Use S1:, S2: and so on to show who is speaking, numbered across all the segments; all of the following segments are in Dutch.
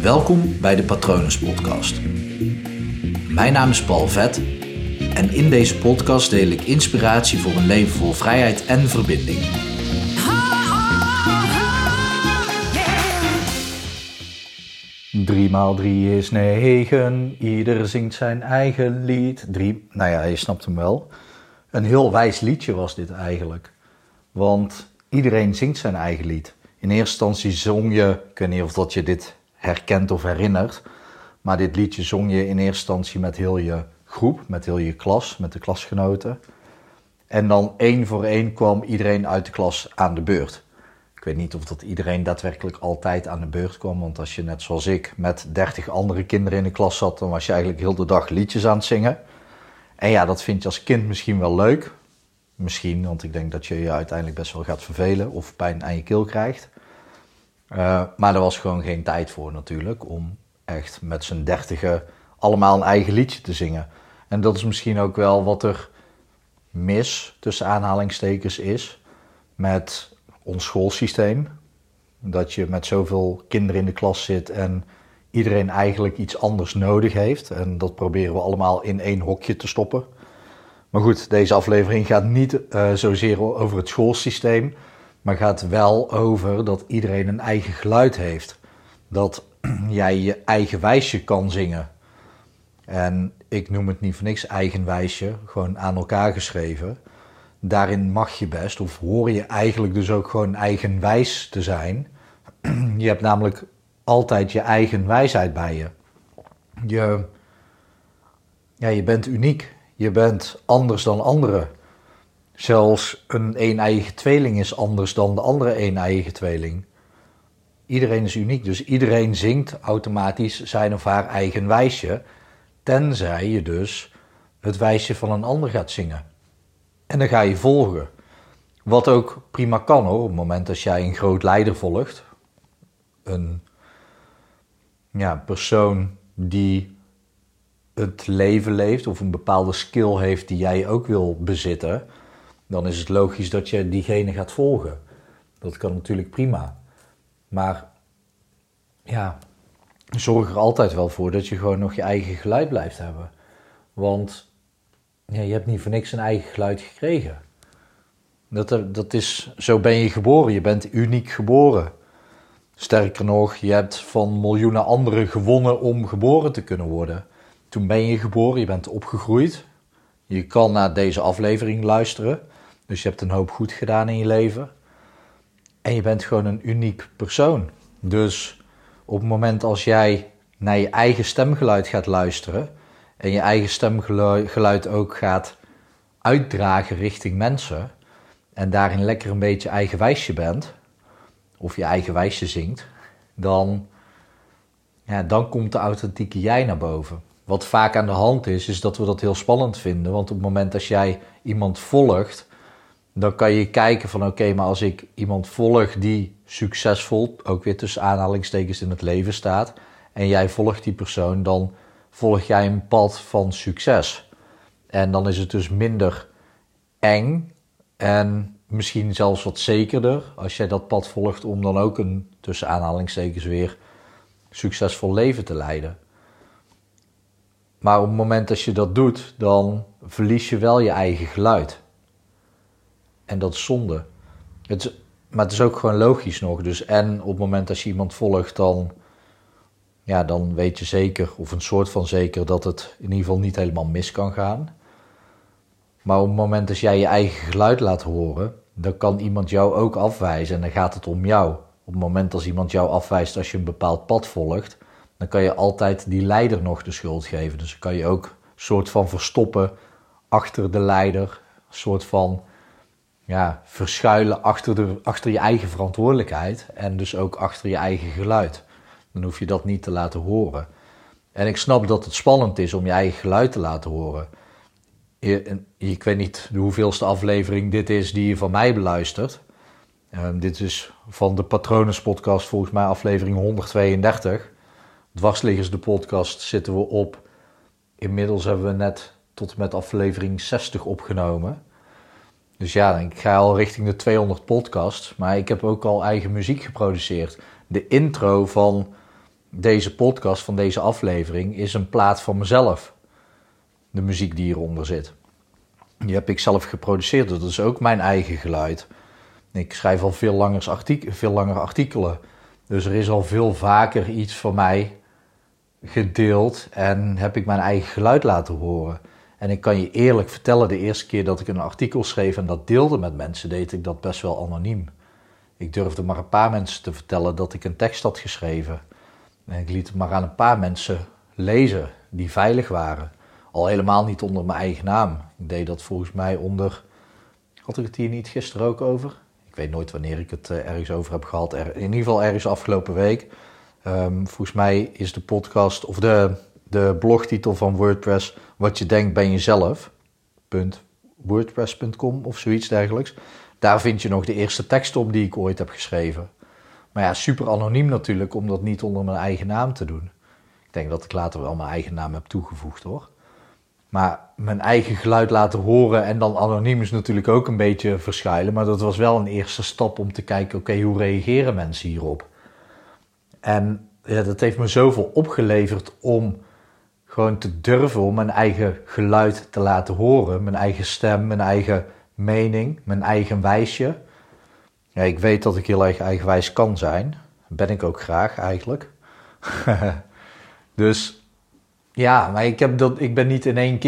S1: Welkom bij de Patronus Podcast. Mijn naam is Paul Vet en in deze podcast deel ik inspiratie voor een leven vol vrijheid en verbinding.
S2: 3 maal 3 is 9, ieder zingt zijn eigen lied. Je snapt hem wel. Een heel wijs liedje was dit eigenlijk. Want iedereen zingt zijn eigen lied. In eerste instantie zong je, ik weet niet of dat je dit herkent of herinnert, maar dit liedje zong je in eerste instantie met heel je groep, met heel je klas, met de klasgenoten. En dan 1 voor 1 kwam iedereen uit de klas aan de beurt. Ik weet niet of dat iedereen daadwerkelijk altijd aan de beurt kwam, want als je net zoals ik met 30 andere kinderen in de klas zat, dan was je eigenlijk heel de dag liedjes aan het zingen. En ja, dat vind je als kind misschien wel leuk. Misschien, want ik denk dat je je uiteindelijk best wel gaat vervelen of pijn aan je keel krijgt. Maar er was gewoon geen tijd voor natuurlijk om echt met z'n 30 allemaal een eigen liedje te zingen. En dat is misschien ook wel wat er mis, tussen aanhalingstekens, is met ons schoolsysteem. Dat je met zoveel kinderen in de klas zit en iedereen eigenlijk iets anders nodig heeft. En dat proberen we allemaal in 1 hokje te stoppen. Maar goed, deze aflevering gaat niet zozeer over het schoolsysteem, maar gaat wel over dat iedereen een eigen geluid heeft. Dat jij je eigen wijsje kan zingen. En ik noem het niet voor niks eigen wijsje, gewoon aan elkaar geschreven. Daarin mag je best, of hoor je eigenlijk dus ook gewoon eigenwijs te zijn. Je hebt namelijk altijd je eigen wijsheid bij je. Je bent uniek. Je bent anders dan anderen. Zelfs een een-eigen tweeling is anders dan de andere een-eigen tweeling. Iedereen is uniek, dus iedereen zingt automatisch zijn of haar eigen wijsje. Tenzij je dus het wijsje van een ander gaat zingen. En dan ga je volgen. Wat ook prima kan hoor, op het moment dat jij een groot leider volgt. Een persoon die het leven leeft of een bepaalde skill heeft die jij ook wil bezitten, dan is het logisch dat je diegene gaat volgen. Dat kan natuurlijk prima. Maar zorg er altijd wel voor dat je gewoon nog je eigen geluid blijft hebben. Want je hebt niet voor niks een eigen geluid gekregen. Dat is, zo ben je geboren. Je bent uniek geboren. Sterker nog, je hebt van miljoenen anderen gewonnen om geboren te kunnen worden. Toen ben je geboren, je bent opgegroeid. Je kan naar deze aflevering luisteren. Dus je hebt een hoop goed gedaan in je leven. En je bent gewoon een uniek persoon. Dus op het moment als jij naar je eigen stemgeluid gaat luisteren en je eigen stemgeluid ook gaat uitdragen richting mensen en daarin lekker een beetje eigenwijsje bent, of je eigen wijsje zingt, dan komt de authentieke jij naar boven. Wat vaak aan de hand is dat we dat heel spannend vinden. Want op het moment dat jij iemand volgt, dan kan je kijken van oké, maar als ik iemand volg die succesvol, ook weer tussen aanhalingstekens in het leven staat, en jij volgt die persoon, dan volg jij een pad van succes. En dan is het dus minder eng en misschien zelfs wat zekerder als jij dat pad volgt om dan ook een, tussen aanhalingstekens weer, succesvol leven te leiden. Maar op het moment dat je dat doet, dan verlies je wel je eigen geluid. En dat is zonde. Maar het is ook gewoon logisch nog. Dus en op het moment dat je iemand volgt, dan weet je zeker, of een soort van zeker, dat het in ieder geval niet helemaal mis kan gaan. Maar op het moment dat jij je eigen geluid laat horen, dan kan iemand jou ook afwijzen en dan gaat het om jou. Op het moment als iemand jou afwijst als je een bepaald pad volgt, dan kan je altijd die leider nog de schuld geven. Dus dan kan je ook een soort van verstoppen achter de leider. Een soort van verschuilen achter je eigen verantwoordelijkheid. En dus ook achter je eigen geluid. Dan hoef je dat niet te laten horen. En ik snap dat het spannend is om je eigen geluid te laten horen. Ik weet niet de hoeveelste aflevering dit is die je van mij beluistert. Dit is van de Patronus podcast volgens mij aflevering 132. Dwarsliggers de podcast zitten we op. Inmiddels hebben we net tot en met aflevering 60 opgenomen. Dus ik ga al richting de 200 podcasts. Maar ik heb ook al eigen muziek geproduceerd. De intro van deze podcast, van deze aflevering, is een plaat van mezelf. De muziek die hieronder zit. Die heb ik zelf geproduceerd, dat is ook mijn eigen geluid. Ik schrijf al veel langer artikelen. Dus er is al veel vaker iets van mij gedeeld en heb ik mijn eigen geluid laten horen. En ik kan je eerlijk vertellen, de eerste keer dat ik een artikel schreef en dat deelde met mensen, deed ik dat best wel anoniem. Ik durfde maar een paar mensen te vertellen dat ik een tekst had geschreven. En ik liet het maar aan een paar mensen lezen die veilig waren. Al helemaal niet onder mijn eigen naam. Ik deed dat volgens mij onder... Had ik het hier niet gisteren ook over? Ik weet nooit wanneer ik het ergens over heb gehad. In ieder geval ergens afgelopen week. Volgens mij is de podcast of de blogtitel van WordPress... Wat je denkt ben jezelf. .wordpress.com of zoiets dergelijks. Daar vind je nog de eerste tekst op die ik ooit heb geschreven. Maar ja, super anoniem natuurlijk om dat niet onder mijn eigen naam te doen. Ik denk dat ik later wel mijn eigen naam heb toegevoegd hoor. Maar mijn eigen geluid laten horen en dan anoniem is natuurlijk ook een beetje verschuilen. Maar dat was wel een eerste stap om te kijken, oké, hoe reageren mensen hierop? En ja, dat heeft me zoveel opgeleverd om gewoon te durven om mijn eigen geluid te laten horen. Mijn eigen stem, mijn eigen mening, mijn eigen wijsje. Ja, ik weet dat ik heel erg eigenwijs kan zijn. Ben ik ook graag eigenlijk. Dus ja, maar ik ben niet in één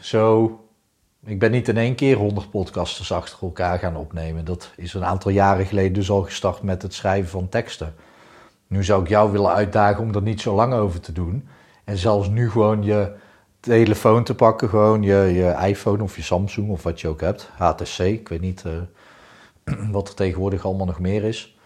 S2: keer 100 podcasters achter elkaar gaan opnemen. Dat is een aantal jaren geleden dus al gestart met het schrijven van teksten. Nu zou ik jou willen uitdagen om er niet zo lang over te doen. En zelfs nu gewoon je telefoon te pakken, gewoon je iPhone of je Samsung of wat je ook hebt. HTC, ik weet niet wat er tegenwoordig allemaal nog meer is.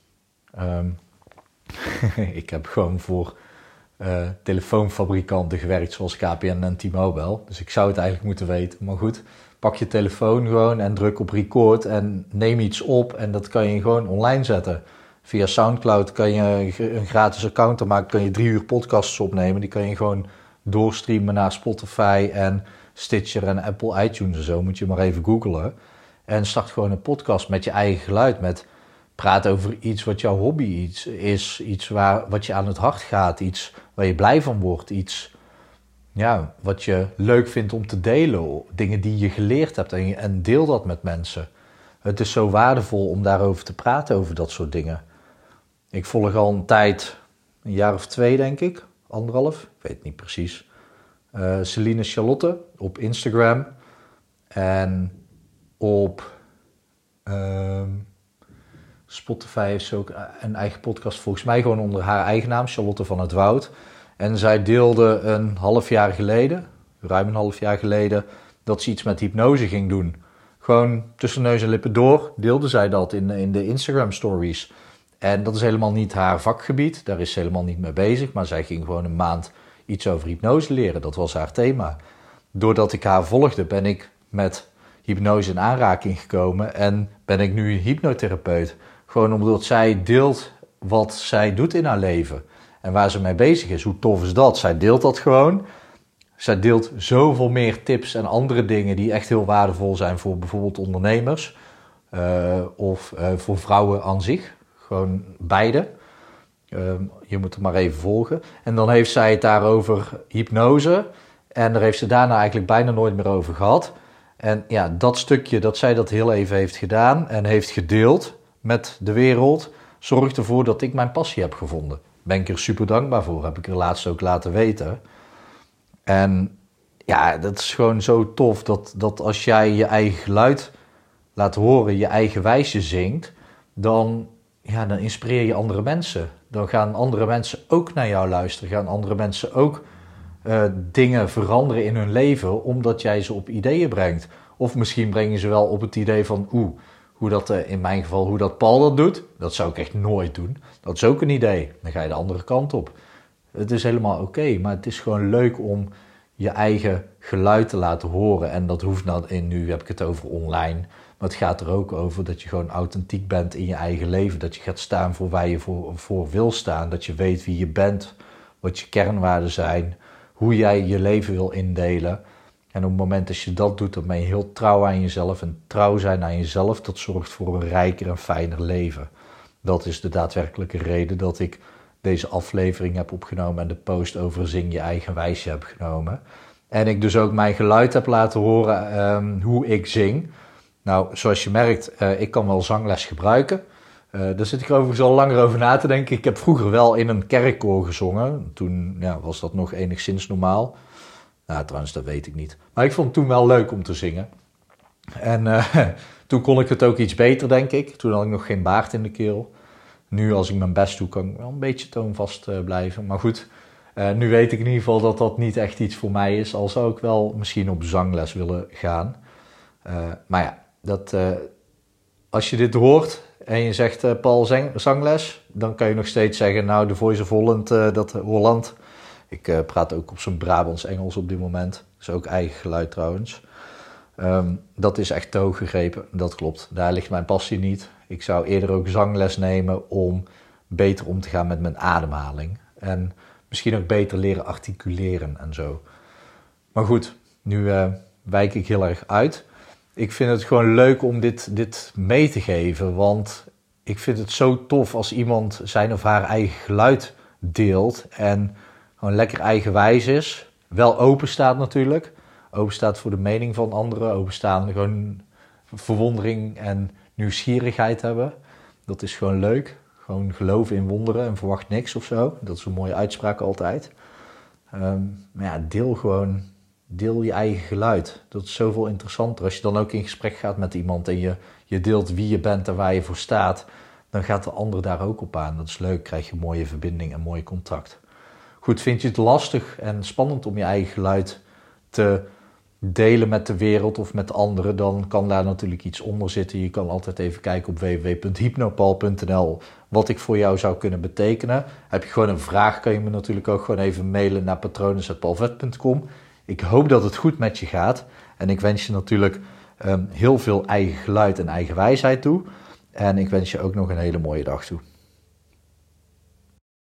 S2: Ik heb gewoon voor telefoonfabrikanten gewerkt zoals KPN en T-Mobile. Dus ik zou het eigenlijk moeten weten. Maar goed, pak je telefoon gewoon en druk op record en neem iets op. En dat kan je gewoon online zetten. Via Soundcloud kan je een gratis account aanmaken. Kan je 3 uur podcasts opnemen. Die kan je gewoon doorstreamen naar Spotify en Stitcher en Apple iTunes en zo. Moet je maar even googlen. En start gewoon een podcast met je eigen geluid. Praat over iets wat jouw hobby is. Iets wat je aan het hart gaat. Iets waar je blij van wordt. Iets wat je leuk vindt om te delen. Dingen die je geleerd hebt. En deel dat met mensen. Het is zo waardevol om daarover te praten, over dat soort dingen. Ik volg al een tijd, een jaar of 2 denk ik. 1,5, ik weet het niet precies. Celine Charlotte op Instagram. En op Spotify heeft ze ook een eigen podcast. Volgens mij gewoon onder haar eigen naam, Charlotte van het Woud. En zij deelde ruim een half jaar geleden, dat ze iets met hypnose ging doen. Gewoon tussen neus en lippen door deelde zij dat in de Instagram stories. En dat is helemaal niet haar vakgebied, daar is ze helemaal niet mee bezig. Maar zij ging gewoon een maand iets over hypnose leren, dat was haar thema. Doordat ik haar volgde ben ik met hypnose in aanraking gekomen en ben ik nu hypnotherapeut. Gewoon omdat zij deelt wat zij doet in haar leven en waar ze mee bezig is. Hoe tof is dat? Zij deelt dat gewoon. Zij deelt zoveel meer tips en andere dingen die echt heel waardevol zijn voor bijvoorbeeld ondernemers of voor vrouwen aan zich. Gewoon beide. Je moet het maar even volgen. En dan heeft zij het daarover hypnose en daar heeft ze daarna eigenlijk bijna nooit meer over gehad. En ja, dat stukje dat zij dat heel even heeft gedaan en heeft gedeeld met de wereld, zorgt ervoor dat ik mijn passie heb gevonden. Ben ik er super dankbaar voor, heb ik er laatst ook laten weten. En ja, dat is gewoon zo tof dat als jij je eigen geluid laat horen, je eigen wijsje zingt, dan inspireer je andere mensen. Dan gaan andere mensen ook naar jou luisteren, gaan andere mensen ook dingen veranderen in hun leven, omdat jij ze op ideeën brengt. Of misschien breng je ze wel op het idee van, hoe dat in mijn geval, hoe dat Paul dat doet, dat zou ik echt nooit doen. Dat is ook een idee. Dan ga je de andere kant op. Het is helemaal oké, maar het is gewoon leuk om je eigen geluid te laten horen. En dat hoeft nu heb ik het over online, maar het gaat er ook over dat je gewoon authentiek bent in je eigen leven. Dat je gaat staan voor waar je voor wil staan. Dat je weet wie je bent, wat je kernwaarden zijn, hoe jij je leven wil indelen. En op het moment dat je dat doet, dan ben je heel trouw aan jezelf. En trouw zijn aan jezelf, dat zorgt voor een rijker en fijner leven. Dat is de daadwerkelijke reden dat ik deze aflevering heb opgenomen en de post over zing je eigen wijsje heb genomen. En ik dus ook mijn geluid heb laten horen hoe ik zing. Nou, zoals je merkt, ik kan wel zangles gebruiken. Daar zit ik overigens al langer over na te denken. Ik heb vroeger wel in een kerkkoor gezongen. Toen was dat nog enigszins normaal. Nou, trouwens, dat weet ik niet. Maar ik vond het toen wel leuk om te zingen. En toen kon ik het ook iets beter, denk ik. Toen had ik nog geen baard in de keel. Nu, als ik mijn best doe, kan ik wel een beetje toonvast blijven. Maar goed, nu weet ik in ieder geval dat dat niet echt iets voor mij is. Al zou ik wel misschien op zangles willen gaan. Maar ja, als je dit hoort en je zegt Paul zangles, dan kan je nog steeds zeggen, nou, de Voice of Holland, Holland. Ik praat ook op zo'n Brabants-Engels op dit moment. Dat is ook eigen geluid trouwens. Dat is echt te hoog gegrepen, dat klopt. Daar ligt mijn passie niet. Ik zou eerder ook zangles nemen om beter om te gaan met mijn ademhaling. En misschien ook beter leren articuleren en zo. Maar goed, nu wijk ik heel erg uit. Ik vind het gewoon leuk om dit mee te geven, want ik vind het zo tof als iemand zijn of haar eigen geluid deelt en gewoon lekker eigenwijs is. Wel open staat natuurlijk. Open staat voor de mening van anderen. Openstaan, gewoon verwondering en nieuwsgierigheid hebben. Dat is gewoon leuk. Gewoon geloven in wonderen en verwacht niks of zo. Dat is een mooie uitspraak altijd. Maar ja, deel je eigen geluid. Dat is zoveel interessanter. Als je dan ook in gesprek gaat met iemand en je deelt wie je bent en waar je voor staat, dan gaat de ander daar ook op aan. Dat is leuk, krijg je een mooie verbinding en mooi contact. Goed, vind je het lastig en spannend om je eigen geluid te delen met de wereld of met anderen, dan kan daar natuurlijk iets onder zitten. Je kan altijd even kijken op www.hypnopal.nl wat ik voor jou zou kunnen betekenen. Heb je gewoon een vraag, kan je me natuurlijk ook gewoon even mailen naar patronen@paulvet.com. Ik hoop dat het goed met je gaat en ik wens je natuurlijk heel veel eigen geluid en eigen wijsheid toe. En ik wens je ook nog een hele mooie dag toe.